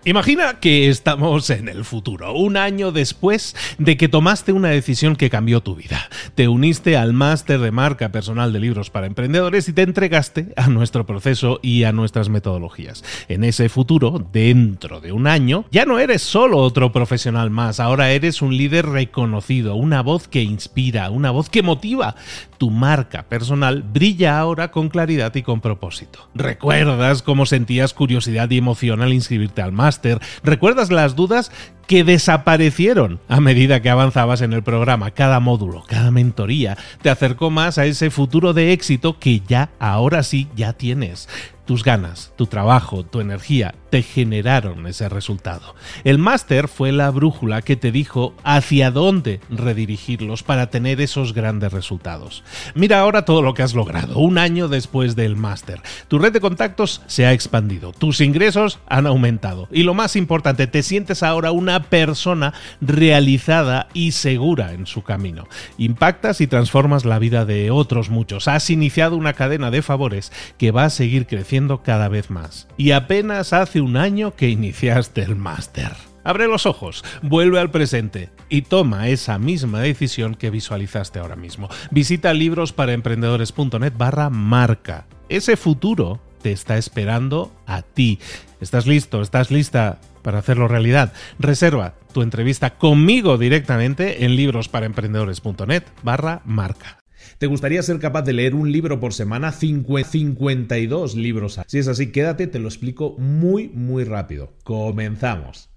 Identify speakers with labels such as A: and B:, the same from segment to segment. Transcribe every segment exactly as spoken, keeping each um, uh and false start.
A: Imagina que estamos en el futuro, un año después de que tomaste una decisión que cambió tu vida. Te uniste al máster de marca personal de libros para emprendedores y te entregaste a nuestro proceso y a nuestras metodologías. En ese futuro, dentro de un año, ya no eres solo otro profesional más, ahora eres un líder reconocido, una voz que inspira, una voz que motiva. Tu marca personal brilla ahora con claridad y con propósito. ¿Recuerdas cómo sentías curiosidad y emoción al inscribirte al máster? ¿Recuerdas las dudas que desaparecieron a medida que avanzabas en el programa? Cada módulo, cada mentoría te acercó más a ese futuro de éxito que ya, ahora sí, ya tienes. Tus ganas, tu trabajo, tu energía te generaron ese resultado. El máster fue la brújula que te dijo hacia dónde redirigirlos para tener esos grandes resultados. Mira ahora todo lo que has logrado, un año después del máster. Tu red de contactos se ha expandido, tus ingresos han aumentado y lo más importante, te sientes ahora una persona realizada y segura en su camino. Impactas y transformas la vida de otros muchos. Has iniciado una cadena de favores que va a seguir creciendo cada vez más. Y apenas hace un año que iniciaste el máster. Abre los ojos, vuelve al presente y toma esa misma decisión que visualizaste ahora mismo. Visita librosparaemprendedores.net barra marca. Ese futuro te está esperando a ti. ¿Estás listo? ¿Estás lista para hacerlo realidad? Reserva tu entrevista conmigo directamente en librosparaemprendedores.net barra marca.
B: ¿Te gustaría ser capaz de leer un libro por semana? cincuenta y dos libros. Si es así, quédate, te lo explico muy, muy rápido. Comenzamos.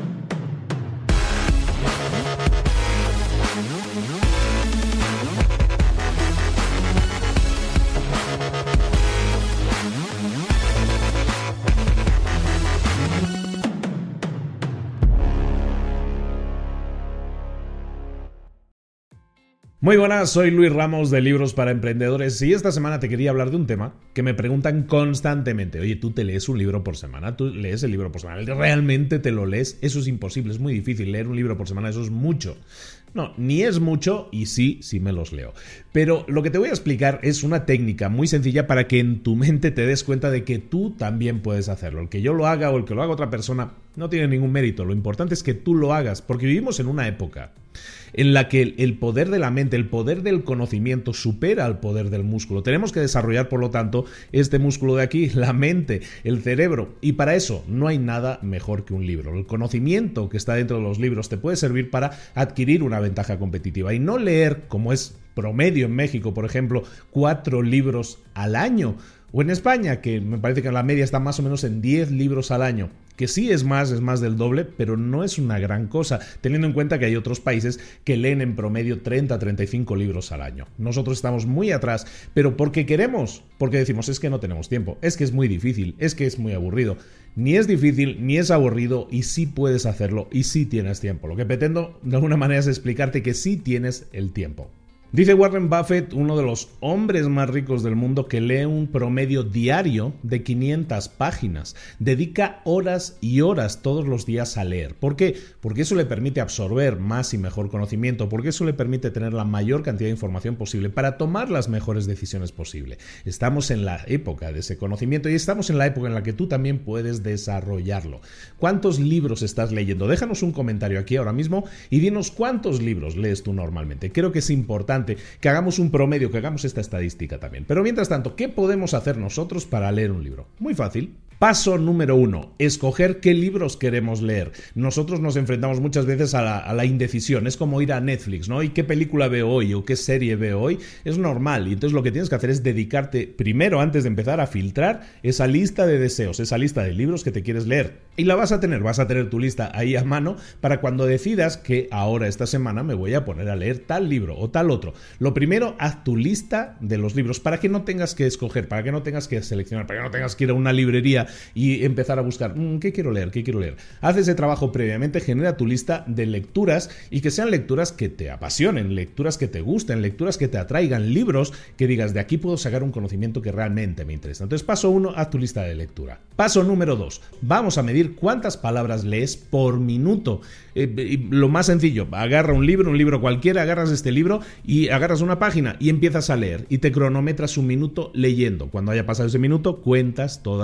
B: Muy buenas, soy Luis Ramos de Libros para Emprendedores y esta semana te quería hablar de un tema que me preguntan constantemente. Oye, ¿tú te lees un libro por semana? ¿Tú lees el libro por semana? ¿Realmente te lo lees? Eso es imposible, es muy difícil leer un libro por semana, eso es mucho. No, ni es mucho y sí, sí me los leo. Pero lo que te voy a explicar es una técnica muy sencilla para que en tu mente te des cuenta de que tú también puedes hacerlo. El que yo lo haga o el que lo haga otra persona no tiene ningún mérito. Lo importante es que tú lo hagas, porque vivimos en una época en la que el poder de la mente, el poder del conocimiento supera al poder del músculo. Tenemos que desarrollar, por lo tanto, este músculo de aquí, la mente, el cerebro. Y para eso no hay nada mejor que un libro. El conocimiento que está dentro de los libros te puede servir para adquirir una ventaja competitiva y no leer, como es promedio en México, por ejemplo, cuatro libros al año. O en España, que me parece que la media está más o menos en diez libros al año. Que sí es más, es más del doble, pero no es una gran cosa, teniendo en cuenta que hay otros países que leen en promedio treinta a treinta y cinco libros al año. Nosotros estamos muy atrás, pero porque queremos, porque decimos es que no tenemos tiempo, es que es muy difícil, es que es muy aburrido. Ni es difícil, ni es aburrido, y sí puedes hacerlo, y sí tienes tiempo. Lo que pretendo de alguna manera es explicarte que sí tienes el tiempo. Dice Warren Buffett, uno de los hombres más ricos del mundo, que lee un promedio diario de quinientas páginas. Dedica horas y horas todos los días a leer. ¿Por qué? Porque eso le permite absorber más y mejor conocimiento, porque eso le permite tener la mayor cantidad de información posible para tomar las mejores decisiones posibles. Estamos en la época de ese conocimiento y estamos en la época en la que tú también puedes desarrollarlo. ¿Cuántos libros estás leyendo? Déjanos un comentario aquí ahora mismo y dinos cuántos libros lees tú normalmente. Creo que es importante que hagamos un promedio, que hagamos esta estadística también. Pero mientras tanto, ¿qué podemos hacer nosotros para leer un libro? Muy fácil. Paso número uno, escoger qué libros queremos leer. Nosotros nos enfrentamos muchas veces a la, a la indecisión. Es como ir a Netflix, ¿no? ¿Y qué película veo hoy o qué serie veo hoy? Es normal. Y entonces lo que tienes que hacer es dedicarte primero, antes de empezar, a filtrar esa lista de deseos, esa lista de libros que te quieres leer. Y la vas a tener, vas a tener tu lista ahí a mano para cuando decidas que ahora esta semana me voy a poner a leer tal libro o tal otro. Lo primero, haz tu lista de los libros para que no tengas que escoger, para que no tengas que seleccionar, para que no tengas que ir a una librería y empezar a buscar, mmm, ¿qué quiero leer? ¿Qué quiero leer? Haz ese trabajo previamente, genera tu lista de lecturas y que sean lecturas que te apasionen, lecturas que te gusten, lecturas que te atraigan, libros que digas, de aquí puedo sacar un conocimiento que realmente me interesa. Entonces, paso uno, haz tu lista de lectura. Paso número dos, vamos a medir cuántas palabras lees por minuto. Eh, lo más sencillo, agarra un libro, un libro cualquiera, agarras este libro y agarras una página y empiezas a leer y te cronometras un minuto leyendo. Cuando haya pasado ese minuto, cuentas todas las palabras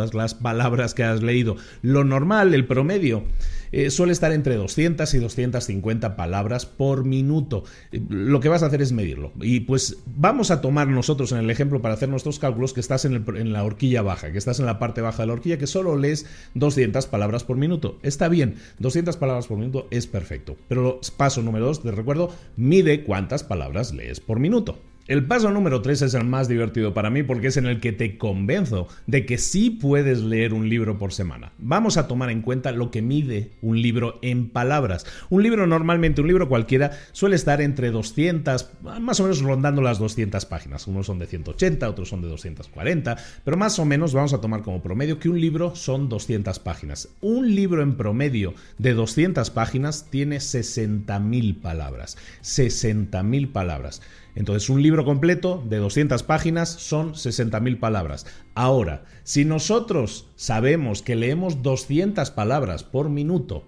B: palabras que has leído. Lo normal, el promedio, eh, suele estar entre doscientas y doscientas cincuenta palabras por minuto. Eh, lo que vas a hacer es medirlo. Y pues vamos a tomar nosotros en el ejemplo para hacer nuestros cálculos que estás en, el, en la horquilla baja, que estás en la parte baja de la horquilla, que solo lees doscientas palabras por minuto. Está bien, doscientas palabras por minuto es perfecto. Pero paso número dos, te recuerdo, mide cuántas palabras lees por minuto. El paso número tres es el más divertido para mí porque es en el que te convenzo de que sí puedes leer un libro por semana. Vamos a tomar en cuenta lo que mide un libro en palabras. Un libro normalmente, un libro cualquiera, suele estar entre doscientas, más o menos rondando las doscientas páginas. Unos son de ciento ochenta, otros son de doscientas cuarenta, pero más o menos vamos a tomar como promedio que un libro son doscientas páginas. Un libro en promedio de doscientas páginas tiene sesenta mil palabras. sesenta mil palabras. Entonces, un libro completo de doscientas páginas son sesenta mil palabras. Ahora, si nosotros sabemos que leemos doscientas palabras por minuto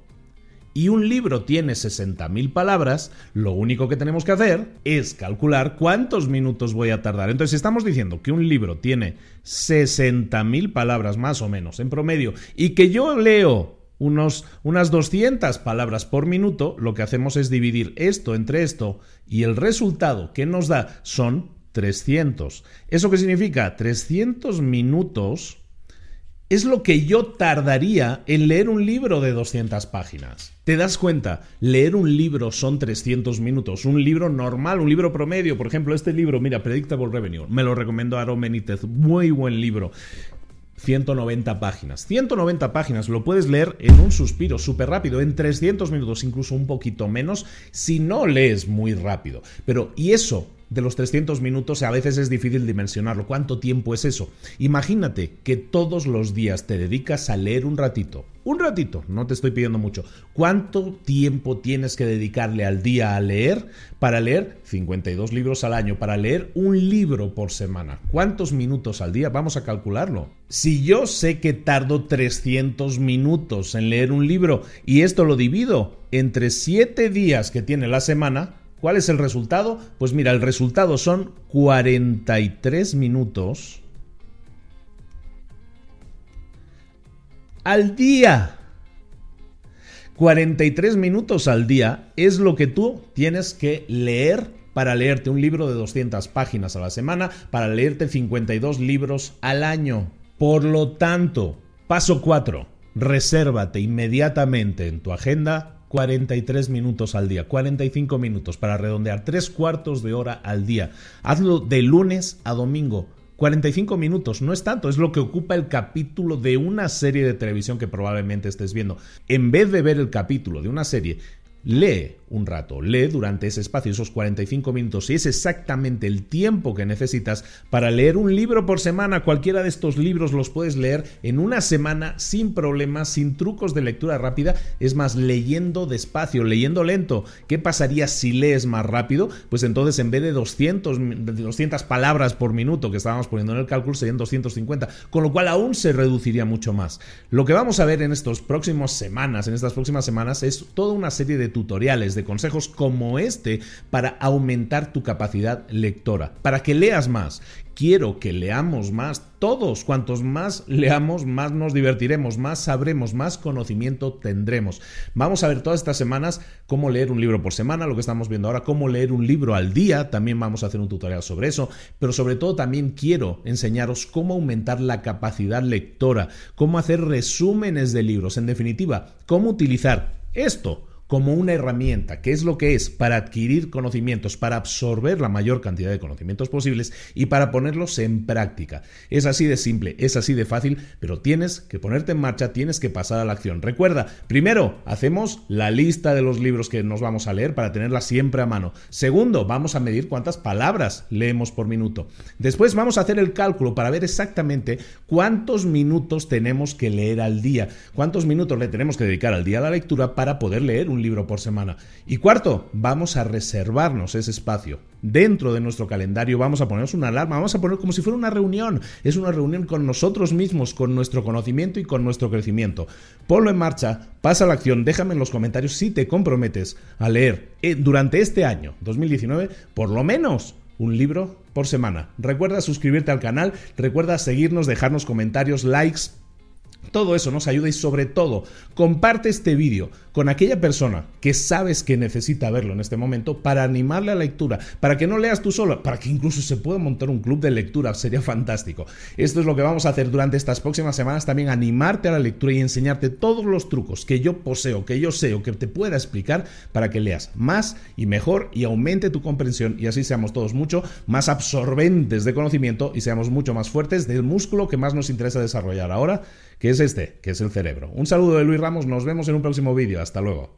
B: y un libro tiene sesenta mil palabras, lo único que tenemos que hacer es calcular cuántos minutos voy a tardar. Entonces, si estamos diciendo que un libro tiene sesenta mil palabras más o menos en promedio y que yo leo Unos, unas doscientas palabras por minuto, lo que hacemos es dividir esto entre esto y el resultado que nos da son trescientos. ¿Eso qué significa? trescientos minutos es lo que yo tardaría en leer un libro de doscientas páginas. ¿Te das cuenta? Leer un libro son trescientos minutos. Un libro normal, un libro promedio. Por ejemplo, este libro, mira, Predictable Revenue, me lo recomendó Aaron Benítez. Muy buen libro. ciento noventa páginas. ciento noventa páginas lo puedes leer en un suspiro, súper rápido, en trescientos minutos, incluso un poquito menos, si no lees muy rápido. Pero, ¿y eso? De los trescientos minutos a veces es difícil dimensionarlo. ¿Cuánto tiempo es eso? Imagínate que todos los días te dedicas a leer un ratito. Un ratito, no te estoy pidiendo mucho. ¿Cuánto tiempo tienes que dedicarle al día a leer? Para leer cincuenta y dos libros al año, para leer un libro por semana. ¿Cuántos minutos al día? Vamos a calcularlo. Si yo sé que tardo trescientos minutos en leer un libro y esto lo divido entre siete días que tiene la semana, ¿cuál es el resultado? Pues mira, el resultado son cuarenta y tres minutos al día. cuarenta y tres minutos al día es lo que tú tienes que leer para leerte un libro de doscientas páginas a la semana, para leerte cincuenta y dos libros al año. Por lo tanto, paso cuatro, resérvate inmediatamente en tu agenda cuarenta y tres minutos al día, cuarenta y cinco minutos para redondear, tres cuartos de hora al día. Hazlo de lunes a domingo. cuarenta y cinco minutos, no es tanto, es lo que ocupa el capítulo de una serie de televisión que probablemente estés viendo. En vez de ver el capítulo de una serie, lee un rato, lee durante ese espacio, esos cuarenta y cinco minutos, y es exactamente el tiempo que necesitas para leer un libro por semana. Cualquiera de estos libros los puedes leer en una semana sin problemas, sin trucos de lectura rápida, es más, leyendo despacio, leyendo lento. ¿Qué pasaría si lees más rápido? Pues entonces en vez de doscientas, doscientas palabras por minuto que estábamos poniendo en el cálculo, serían doscientas cincuenta, con lo cual aún se reduciría mucho más. Lo que vamos a ver en estas próximas semanas, en estas próximas semanas, es toda una serie de tutoriales, de consejos como este para aumentar tu capacidad lectora, para que leas más. Quiero que leamos más todos. Cuantos más leamos, más nos divertiremos, más sabremos, más conocimiento tendremos. Vamos a ver todas estas semanas cómo leer un libro por semana, lo que estamos viendo ahora, cómo leer un libro al día. También vamos a hacer un tutorial sobre eso, pero sobre todo también quiero enseñaros cómo aumentar la capacidad lectora, cómo hacer resúmenes de libros, en definitiva, cómo utilizar esto como una herramienta, que es lo que es, para adquirir conocimientos, para absorber la mayor cantidad de conocimientos posibles y para ponerlos en práctica. Es así de simple, es así de fácil, pero tienes que ponerte en marcha, tienes que pasar a la acción. Recuerda, primero, hacemos la lista de los libros que nos vamos a leer para tenerla siempre a mano. Segundo, vamos a medir cuántas palabras leemos por minuto. Después vamos a hacer el cálculo para ver exactamente cuántos minutos tenemos que leer al día, cuántos minutos le tenemos que dedicar al día a la lectura para poder leer un libro por semana. Y cuarto, vamos a reservarnos ese espacio. Dentro de nuestro calendario vamos a ponernos una alarma, vamos a poner como si fuera una reunión. Es una reunión con nosotros mismos, con nuestro conocimiento y con nuestro crecimiento. Ponlo en marcha, pasa a la acción, déjame en los comentarios si te comprometes a leer eh, durante este año dos mil diecinueve por lo menos un libro por semana. Recuerda suscribirte al canal, recuerda seguirnos, dejarnos comentarios, likes, Todo eso nos ayuda y sobre todo comparte este vídeo con aquella persona que sabes que necesita verlo en este momento para animarle a la lectura, para que no leas tú solo, para que incluso se pueda montar un club de lectura, sería fantástico. Esto es lo que vamos a hacer durante estas próximas semanas, también animarte a la lectura y enseñarte todos los trucos que yo poseo, que yo sé o que te pueda explicar para que leas más y mejor y aumente tu comprensión y así seamos todos mucho más absorbentes de conocimiento y seamos mucho más fuertes del músculo que más nos interesa desarrollar ahora, que es este, que es el cerebro. Un saludo de Luis Ramos, nos vemos en un próximo vídeo. Hasta luego.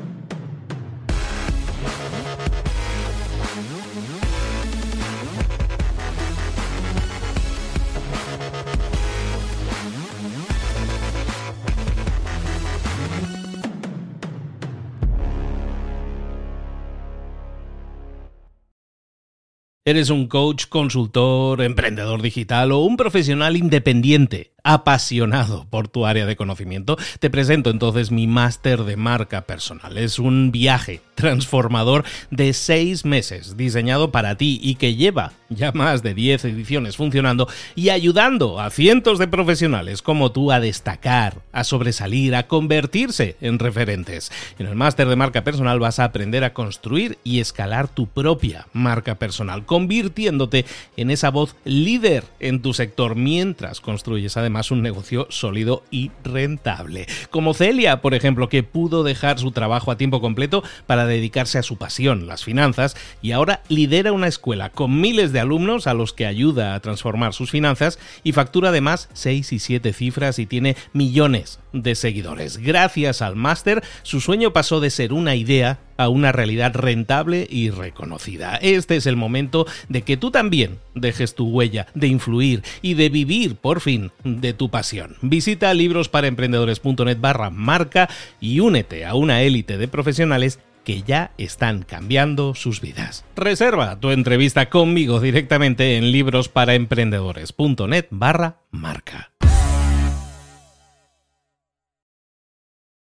A: ¿Eres un coach, consultor, emprendedor digital o un profesional independiente apasionado por tu área de conocimiento? Te presento entonces mi máster de marca personal. Es un viaje transformador de seis meses diseñado para ti y que lleva ya más de diez ediciones funcionando y ayudando a cientos de profesionales como tú a destacar, a sobresalir, a convertirse en referentes. En el máster de marca personal vas a aprender a construir y escalar tu propia marca personal, convirtiéndote en esa voz líder en tu sector mientras construyes además un negocio sólido y rentable. Como Celia, por ejemplo, que pudo dejar su trabajo a tiempo completo para dedicarse a su pasión, las finanzas, y ahora lidera una escuela con miles de alumnos a los que ayuda a transformar sus finanzas y factura además seis y siete cifras y tiene millones de seguidores. Gracias al máster, su sueño pasó de ser una idea a una realidad rentable y reconocida. Este es el momento de que tú también dejes tu huella, de influir y de vivir, por fin, de tu pasión. Visita librosparaemprendedores.net barra marca y únete a una élite de profesionales que ya están cambiando sus vidas. Reserva tu entrevista conmigo directamente en librosparaemprendedores.net barra marca.